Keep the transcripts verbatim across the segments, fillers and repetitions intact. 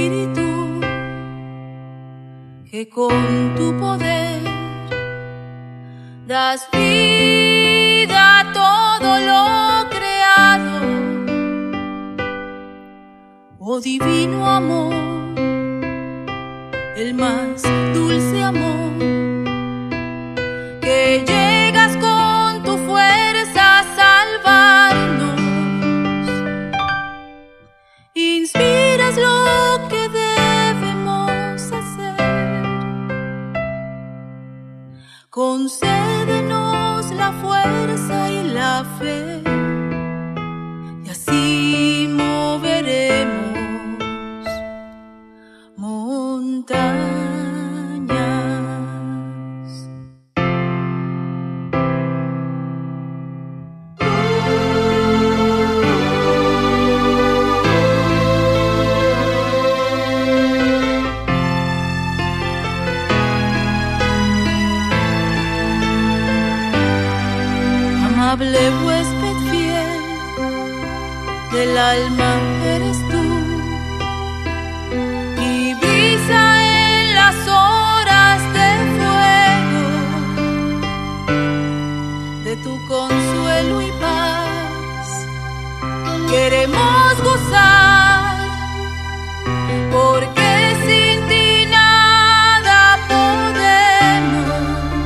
espíritu, que con tu poder das vida a todo lo creado. Oh divino amor, el más dulce amor, que llegas con tu fuerza a salvarnos. Inspiras lo que debemos hacer. Concédenos la fuerza y la fe, y así moveremos montañas. Amable huésped fiel, del alma eres tú, y brisa en las horas de fuego, de tu consuelo y paz queremos gozar, porque sin ti nada podemos.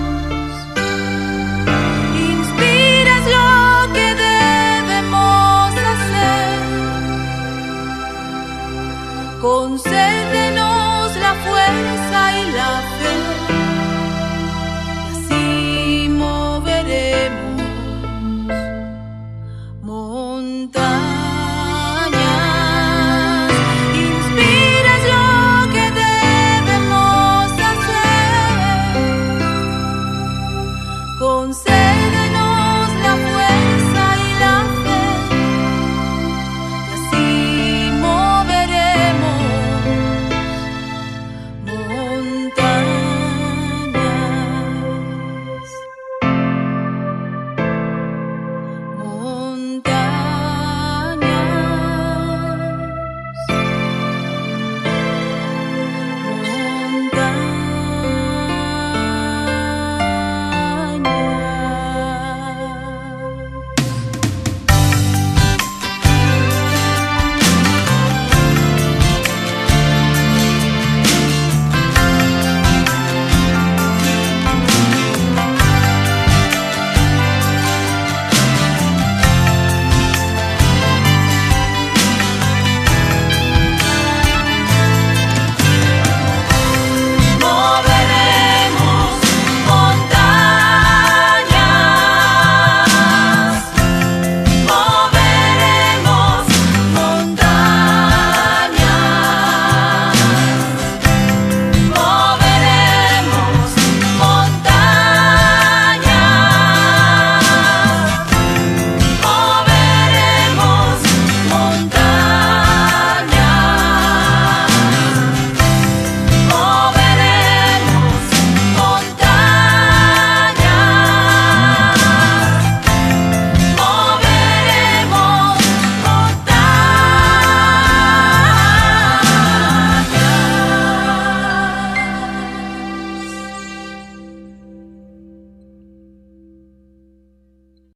Inspiras lo que debemos hacer. Concédenos la fuerza y la fe,